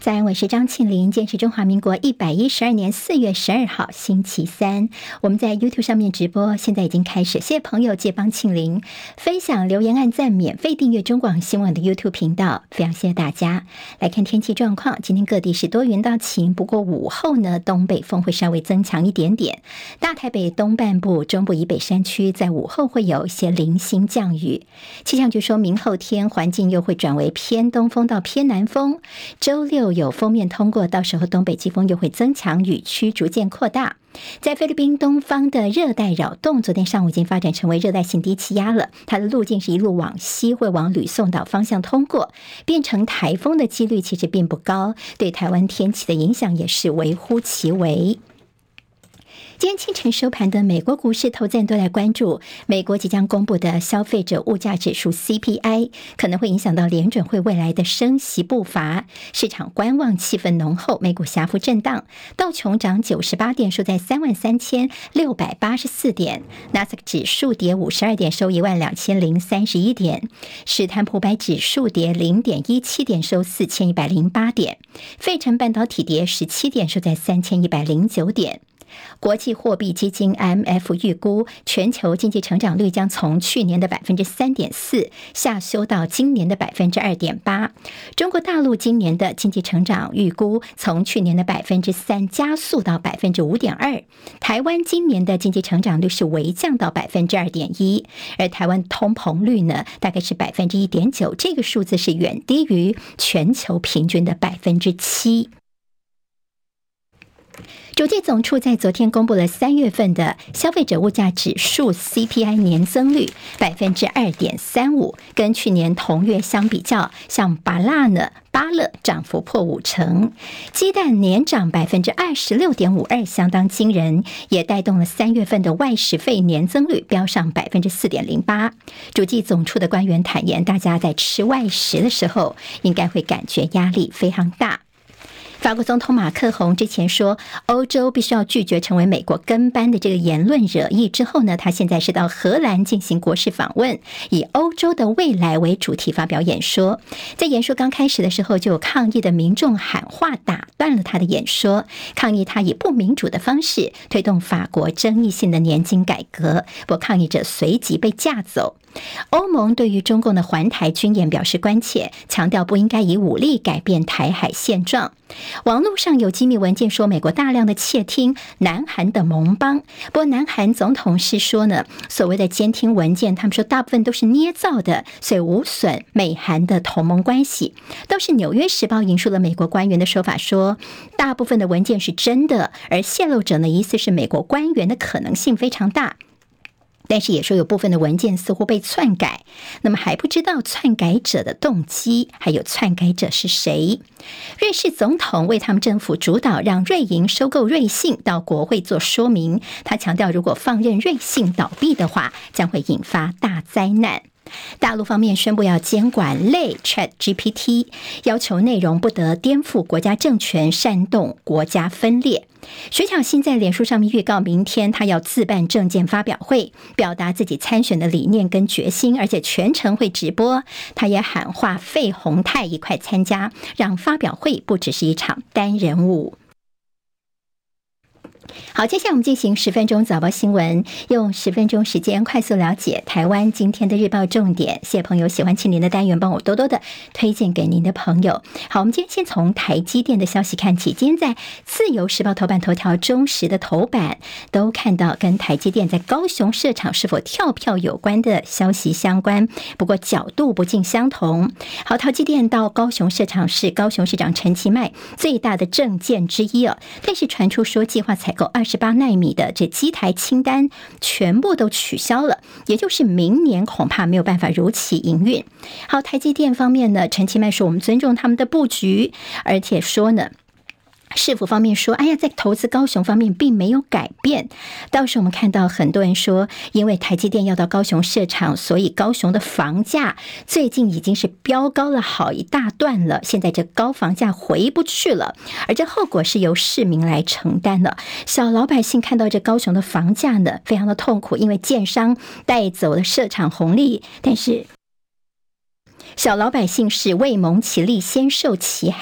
早安，我是张庆玲。今天是中华民国112年4月12号，星期三。我们在 YouTube 上面直播，现在已经开始。谢谢朋友借帮庆玲分享、留言、按赞、免费订阅中广新闻网的 YouTube 频道，非常谢谢大家。来看天气状况，今天各地是多云到晴，不过午后呢，东北风会稍微增强一点点。大台北东半部、中部以北山区在午后会有一些零星降雨。气象局说明后天环境又会转为偏东风到偏南风，周六有锋面通过，到时候东北季风又会增强，雨区逐渐扩大。在菲律宾东方的热带扰动，昨天上午已经发展成为热带性低气压了，它的路径是一路往西，会往吕宋岛方向通过，变成台风的几率其实并不高，对台湾天气的影响也是微乎其微。今天清晨收盘的美国股市，投资人都来关注美国即将公布的消费者物价指数 CPI， 可能会影响到联准会未来的升息步伐，市场观望气氛浓厚，美股狭幅震荡，道琼涨98点，收在33684点，纳斯达克指数跌52点，收12031点，史坦普百指数跌0.17点，收4108点，费城半导体跌17点，收在3109点。国际货币基金 IMF 预估全球经济成长率将从去年的 3.4% 下修到今年的 2.8%。 中国大陆今年的经济成长预估从去年的 3% 加速到 5.2%。 台湾今年的经济成长率是微降到 2.1%， 而台湾通膨率呢大概是 1.9%， 这个数字是远低于全球平均的 7%。主计总处在昨天公布了3月份的消费者物价指数 CPI 年增率 2.35%， 跟去年同月相比较，像芭乐涨幅破5%，鸡蛋年涨 26.52%， 相当惊人，也带动了3月份的外食费年增率飙上 4.08%。 主计总处的官员坦言，大家在吃外食的时候应该会感觉压力非常大。法国总统马克宏之前说欧洲必须要拒绝成为美国跟班的这个言论惹议之后呢，他现在是到荷兰进行国事访问，以欧洲的未来为主题发表演说。在演说刚开始的时候，就有抗议的民众喊话打断了他的演说，抗议他以不民主的方式推动法国争议性的年金改革，不过抗议者随即被架走。欧盟对于中共的环台军演表示关切，强调不应该以武力改变台海现状。网络上有机密文件说美国大量的窃听南韩的盟邦，不过南韩总统是说呢，所谓的监听文件他们说大部分都是捏造的，所以无损美韩的同盟关系。倒是纽约时报引述了美国官员的说法说，大部分的文件是真的，而泄露者呢疑似是美国官员的可能性非常大。但是也说有部分的文件似乎被篡改，那么还不知道篡改者的动机，还有篡改者是谁。瑞士总统为他们政府主导让瑞银收购瑞信到国会做说明，他强调如果放任瑞信倒闭的话，将会引发大灾难。大陆方面宣布要监管类 ChatGPT， 要求内容不得颠覆国家政权、煽动国家分裂。徐巧芯在脸书上面预告，明天他要自办政见发表会，表达自己参选的理念跟决心，而且全程会直播。他也喊话费鸿泰一块参加，让发表会不只是一场单人舞。好，接下来我们进行10分钟早报新闻，用10分钟时间快速了解台湾今天的日报重点。谢谢朋友喜欢庆林的单元，帮我多多的推荐给您的朋友。好，我们今天先从台积电的消息看起。今天在自由时报头版头条、中时的头版都看到跟台积电在高雄设厂是否跳票有关的消息相关，不过角度不尽相同。好，台积电到高雄设厂是高雄市长陈其迈最大的政见之一哦，但是传出说计划采购28奈米的这机台清单全部都取消了，也就是明年恐怕没有办法如期营运。好，台积电方面呢，陈其迈说我们尊重他们的布局，而且说呢市府方面说，哎呀，在投资高雄方面并没有改变。到时候我们看到很多人说，因为台积电要到高雄设厂，所以高雄的房价最近已经是飙高了好一大段了，现在这高房价回不去了，而这后果是由市民来承担了。小老百姓看到这高雄的房价呢，非常的痛苦，因为建商带走了设厂红利，但是小老百姓是未蒙其利先受其害。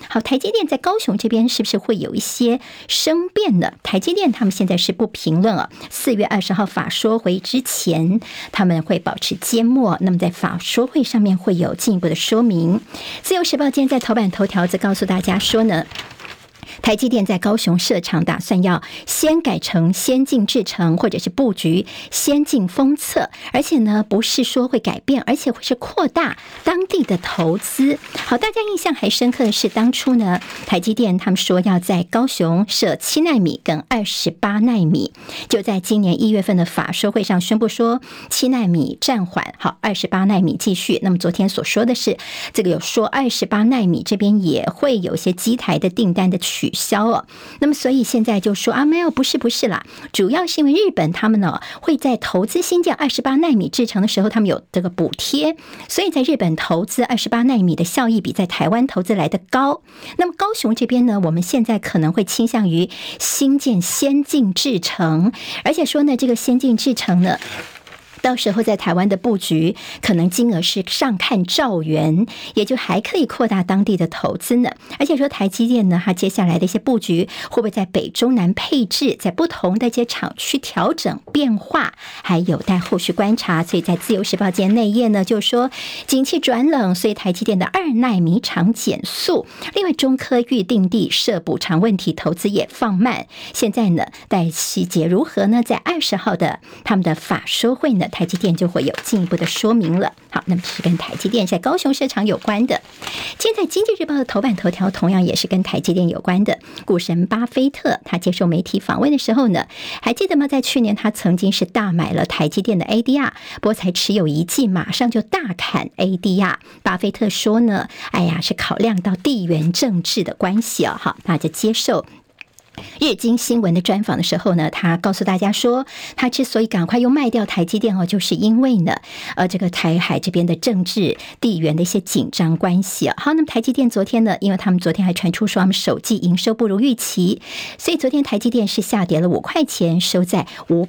好，台积电在高雄这边是不是会有一些生变呢？台积电他们现在是不评论啊，4月20号法说会之前他们会保持缄默，那么在法说会上面会有进一步的说明。自由时报今天在头版头条则告诉大家说呢，台积电在高雄设厂，打算要先改成先进制程，或者是布局先进封测，而且呢，不是说会改变，而且会是扩大当地的投资。好，大家印象还深刻的是，当初呢，台积电他们说要在高雄设7奈米跟28奈米，就在今年1月份的法说会上宣布说7奈米暂缓，好，28奈米继续。那么昨天所说的是，这个有说28奈米这边也会有一些机台的订单的取消哦。那么所以现在就说啊，没有，不是啦，主要是因为日本他们呢会在投资新建28奈米制程的时候，他们有这个补贴，所以在日本投资28奈米的效益比在台湾投资来的高。那么高雄这边呢，我们现在可能会倾向于新建先进制程，而且说呢，这个先进制程呢，到时候在台湾的布局可能金额是上看兆元，也就还可以扩大当地的投资呢。而且说台积电呢，它接下来的一些布局会不会在北中南配置，在不同的一些厂区调整变化，还有待后续观察。所以在自由时报今天内页呢，就说景气转冷，所以台积电的2奈米厂减速。另外中科预定地设补偿问题，投资也放慢。现在呢，待细节如何呢？在20号的他们的法说会呢，台积电就会有进一步的说明了。好，那么是跟台积电在高雄设厂有关的。今天在经济日报的头版头条同样也是跟台积电有关的。股神巴菲特他接受媒体访问的时候呢，还记得吗？在去年他曾经是大买了台积电的 ADR， 不过才持有1季，马上就大砍 ADR。巴菲特说呢，哎呀，是考量到地缘政治的关系啊。好，那就接受日经新闻的专访的时候呢，他告诉大家说，他之所以赶快又卖掉台积电就是因为呢，这个台海这边的政治地缘的一些紧张关系啊。好，那么台积电昨天呢，因为他们昨天还传出说他们首季营收不如预期，所以昨天台积电是下跌了5块钱，收在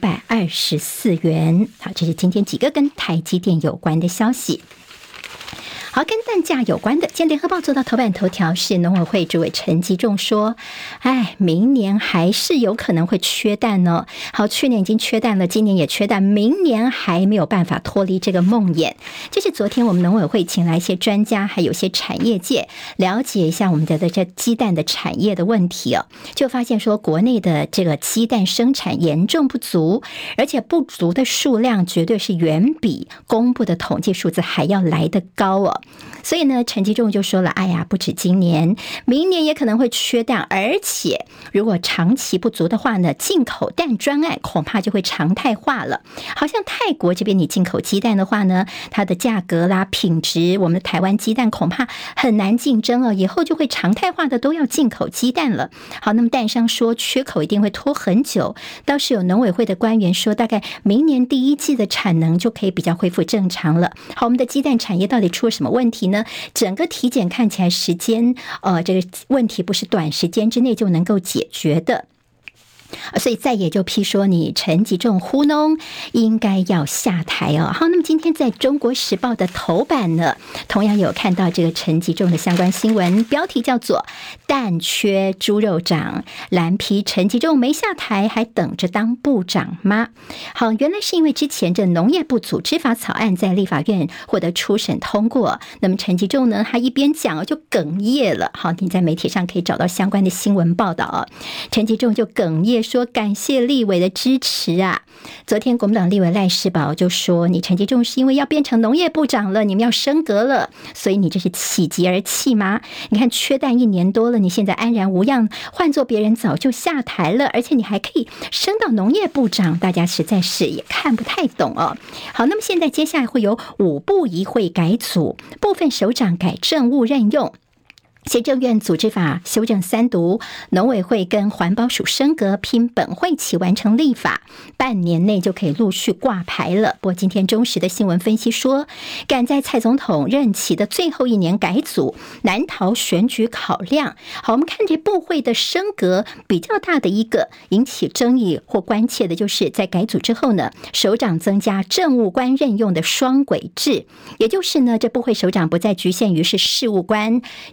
524元。好，这是今天几个跟台积电有关的消息。好，跟蛋价有关的，今天联合报做到头版头条是农委会主委陈吉仲说，明年还是有可能会缺蛋哦。好，去年已经缺蛋了，今年也缺蛋，明年还没有办法脱离这个梦魇。这是昨天我们农委会请来一些专家，还有一些产业界了解一下我们的这鸡蛋的产业的问题哦，就发现说国内的这个鸡蛋生产严重不足，而且不足的数量绝对是远比公布的统计数字还要来得高哦。所以呢，陈吉仲就说了，哎呀，不止今年，明年也可能会缺蛋，而且如果长期不足的话呢，进口蛋专案恐怕就会常态化了。好像泰国这边你进口鸡蛋的话呢，它的价格啦、品质，我们的台湾鸡蛋恐怕很难竞争哦，以后就会常态化的都要进口鸡蛋了。好，那么蛋商说缺口一定会拖很久，倒是有农委会的官员说，大概明年第1季的产能就可以比较恢复正常了。好，我们的鸡蛋产业到底出了什么问题呢？整个体检看起来时间这个问题不是短时间之内就能够解决的。所以再也就批说你陈吉仲糊弄应该要下台哦。好，那么今天在中国时报的头版呢，同样有看到这个陈吉仲的相关新闻，标题叫做蛋缺猪肉涨，蓝批陈吉仲没下台还等着当部长吗？好，原来是因为之前这农业部组织法草案在立法院获得初审通过，那么陈吉仲呢，他一边讲就哽咽了。好，你在媒体上可以找到相关的新闻报道陈吉仲就哽咽说感谢立委的支持啊。昨天国民党立委赖士葆就说，你陈吉仲是因为要变成农业部长了，你们要升格了，所以你这是喜极而泣吗？你看缺蛋1年多了，你现在安然无恙，换做别人早就下台了，而且你还可以升到农业部长，大家实在是也看不太懂哦。好，那么现在接下来会有5部议会改组，部分首长改政务任用，行政院组织法修正3读，农委会跟环保署升格，拼本会期完成立法，半年内就可以陆续挂牌了。不过今天中时的新闻分析说，赶在蔡总统任期的最后1年改组，难逃选举考量。好，我们看这部会的升格比较大的一个引起争议或关切的，就是在改组之后呢，首长增加政务官任用的双轨制，也就是呢，这部会首长不再局限于是事务官、政务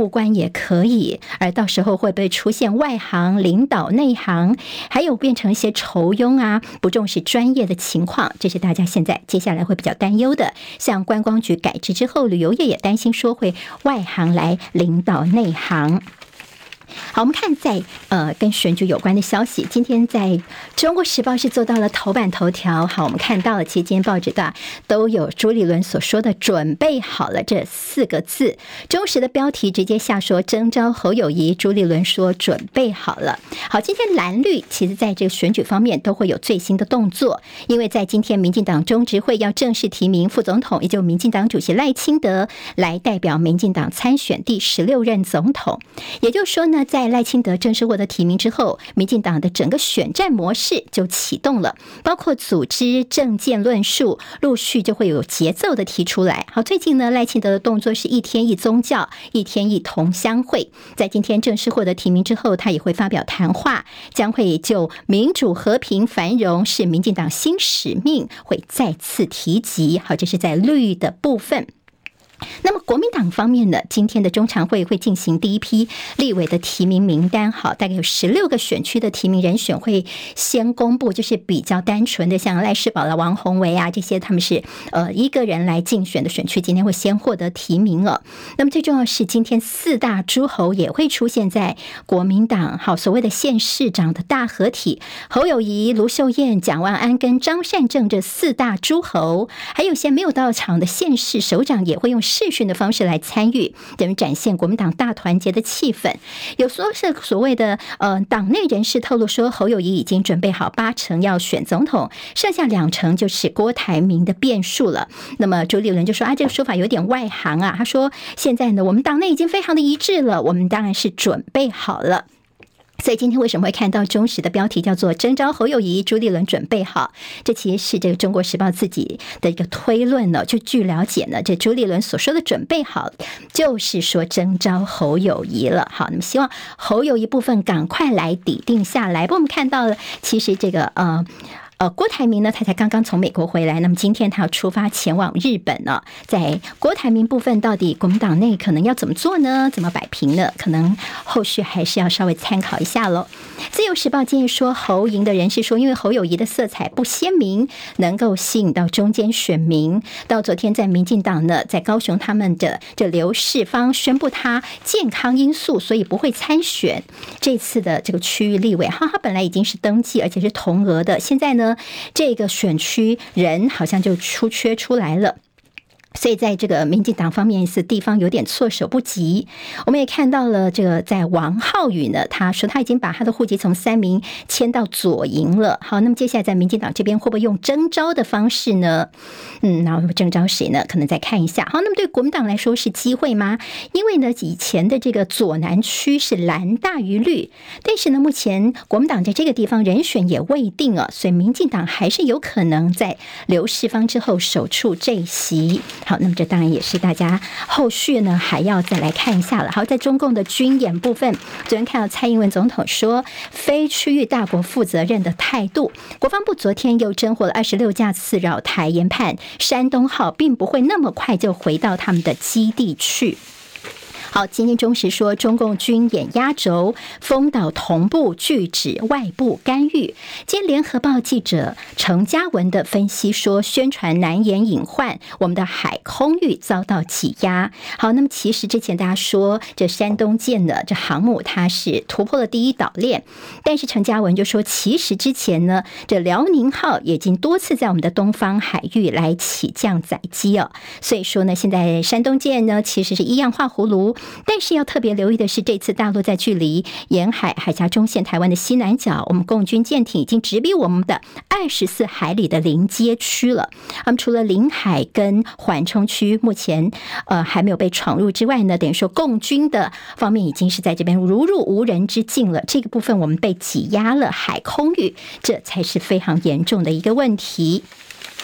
务官也可以，而到时候会不会出现外行领导内行，还有变成一些酬庸啊，不重视专业的情况，这是大家现在接下来会比较担忧的。像观光局改制之后，旅游业也担心说会外行来领导内行。好，我们看在跟选举有关的消息，今天在中国时报是做到了头版头条。好，我们看到了，其实今天报纸的都有朱立伦所说的准备好了这4个字。中时的标题直接下说征召侯友宜，朱立伦说准备好了。好，今天蓝绿其实在这个选举方面都会有最新的动作，因为在今天民进党中执会要正式提名副总统，也就是民进党主席赖清德来代表民进党参选第16任总统。也就是说呢，在赖清德正式获得提名之后，民进党的整个选战模式就启动了，包括组织、政见论述，陆续就会有节奏的提出来。好，最近呢，赖清德的动作是一天一宗教，一天一同乡会。在今天正式获得提名之后，他也会发表谈话，将会就民主、和平、繁荣是民进党新使命，会再次提及。好，这是在绿的部分。那么国民党方面呢，今天的中常会会进行第一批立委的提名名单，好，大概有16个选区的提名人选会先公布，就是比较单纯的，像赖士葆啦、王宏维啊这些，他们是一个人来竞选的选区，今天会先获得提名了。那么最重要是今天4大诸侯也会出现在国民党，好，所谓的县市长的大合体，侯友宜、卢秀燕、蒋万安跟张善政这4大诸侯，还有些没有到场的县市首长也会用视讯的方式来参与，等于展现国民党大团结的气氛。有说是所谓的党内人士透露说，侯友宜已经准备好80%要选总统，剩下2%就是郭台铭的变数了。那么朱立伦就说这个说法有点外行啊，他说现在呢，我们党内已经非常的一致了，我们当然是准备好了。所以今天为什么会看到中时的标题叫做征召侯友宜，朱立伦准备好？这其实是这个中国时报自己的一个推论呢。就据了解呢，这朱立伦所说的准备好，就是说征召侯友宜了。好，那么希望侯友宜部分赶快来抵定下来。不过我们看到了，其实这个郭台铭呢，他才刚刚从美国回来，那么今天他要出发前往日本呢。在郭台铭部分，到底国民党内可能要怎么做呢？怎么摆平呢？可能后续还是要稍微参考一下咯。自由时报建议说，侯赢的人士说，因为侯友宜的色彩不鲜明，能够吸引到中间选民。到昨天在民进党呢，在高雄他们的这刘世芳宣布他健康因素，所以不会参选这次的这个区域立委。他本来已经是登记，而且是同额的，现在呢，这个选区人好像就出缺出来了。所以在这个民进党方面是地方有点措手不及。我们也看到了这个在王浩宇呢，他说他已经把他的户籍从3名迁到左营了。好，那么接下来在民进党这边会不会用征召的方式呢？那征召谁呢？可能再看一下。好，那么对国民党来说是机会吗？因为呢，以前的这个左南区是蓝大于绿，但是呢，目前国民党在这个地方人选也未定啊，所以民进党还是有可能在刘世芳之后守住这一席。好，那么这当然也是大家后续呢还要再来看一下了。好，在中共的军演部分，昨天看到蔡英文总统说非区域大国负责任的态度。国防部昨天又侦获了26架刺扰台研判山东号并不会那么快就回到他们的基地去。好，今天中时说，中共军演压轴，封岛同步拒止外部干预。今天联合报记者程嘉文的分析说，宣传难言隐患，我们的海空域遭到挤压。好，那么其实之前大家说，这山东舰的这航母它是突破了第1岛链，但是程嘉文就说，其实之前呢，这辽宁号已经多次在我们的东方海域来起降载机哦。所以说呢，现在山东舰呢其实是一样画葫芦。但是要特别留意的是，这次大陆在距离沿海海峡中线台湾的西南角，我们共军舰艇已经直逼我们的24海里的临街区了。除了临海跟缓冲区目前还没有被闯入之外呢，等于说共军的方面已经是在这边如入无人之境了。这个部分我们被挤压了海空域，这才是非常严重的一个问题。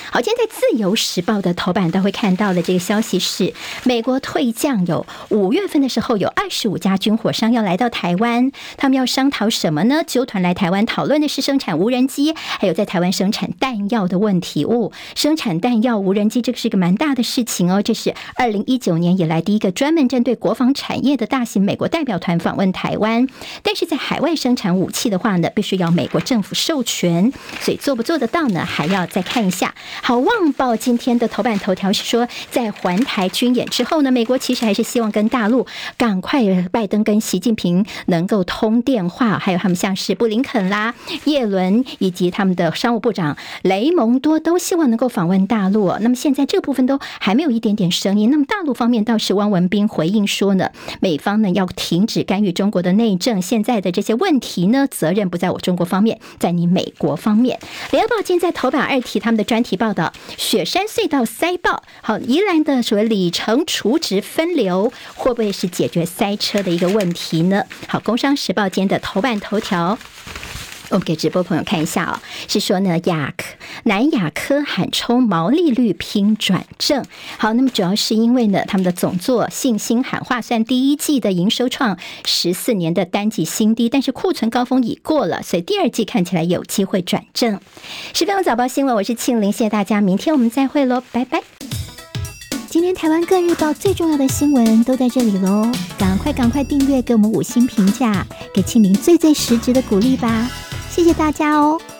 好，今天在自由时报的头版都会看到的这个消息是，美国退将有5月份的时候有25家军火商要来到台湾，他们要商讨什么呢？纠团来台湾讨论的是生产无人机，还有在台湾生产弹药的问题。生产弹药无人机这个是一个蛮大的事情哦，这是2019年以来第一个专门针对国防产业的大型美国代表团访问台湾。但是在海外生产武器的话呢，必须要美国政府授权，所以做不做得到呢，还要再看一下。好，《旺报》今天的头版头条是说，在环台军演之后呢，美国其实还是希望跟大陆赶快，拜登跟习近平能够通电话，还有他们像是布林肯啦、耶伦以及他们的商务部长雷蒙多都希望能够访问大陆。那么现在这个部分都还没有一点点声音。那么大陆方面倒是汪文斌回应说呢，美方呢要停止干预中国的内政，现在的这些问题呢，责任不在我中国方面，在你美国方面。联合报今天在头版2题他们的专题报道，雪山隧道塞爆，好，宜兰的所谓里程储值分流会不会是解决塞车的一个问题呢？好，工商时报今天的头版头条，我们给直播朋友看一下哦，是说呢，南亚科喊冲毛利率拼转正。好，那么主要是因为呢，他们的总座信心喊话，虽然第一季的营收创14年的单季新低，但是库存高峰已过了，所以第二季看起来有机会转正。10分钟早报新闻，我是庆玲，谢谢大家，明天我们再会喽，拜拜。今天台湾各日报最重要的新闻都在这里喽，赶快订阅，给我们5星评价，给庆玲最实质的鼓励吧，谢谢大家哦。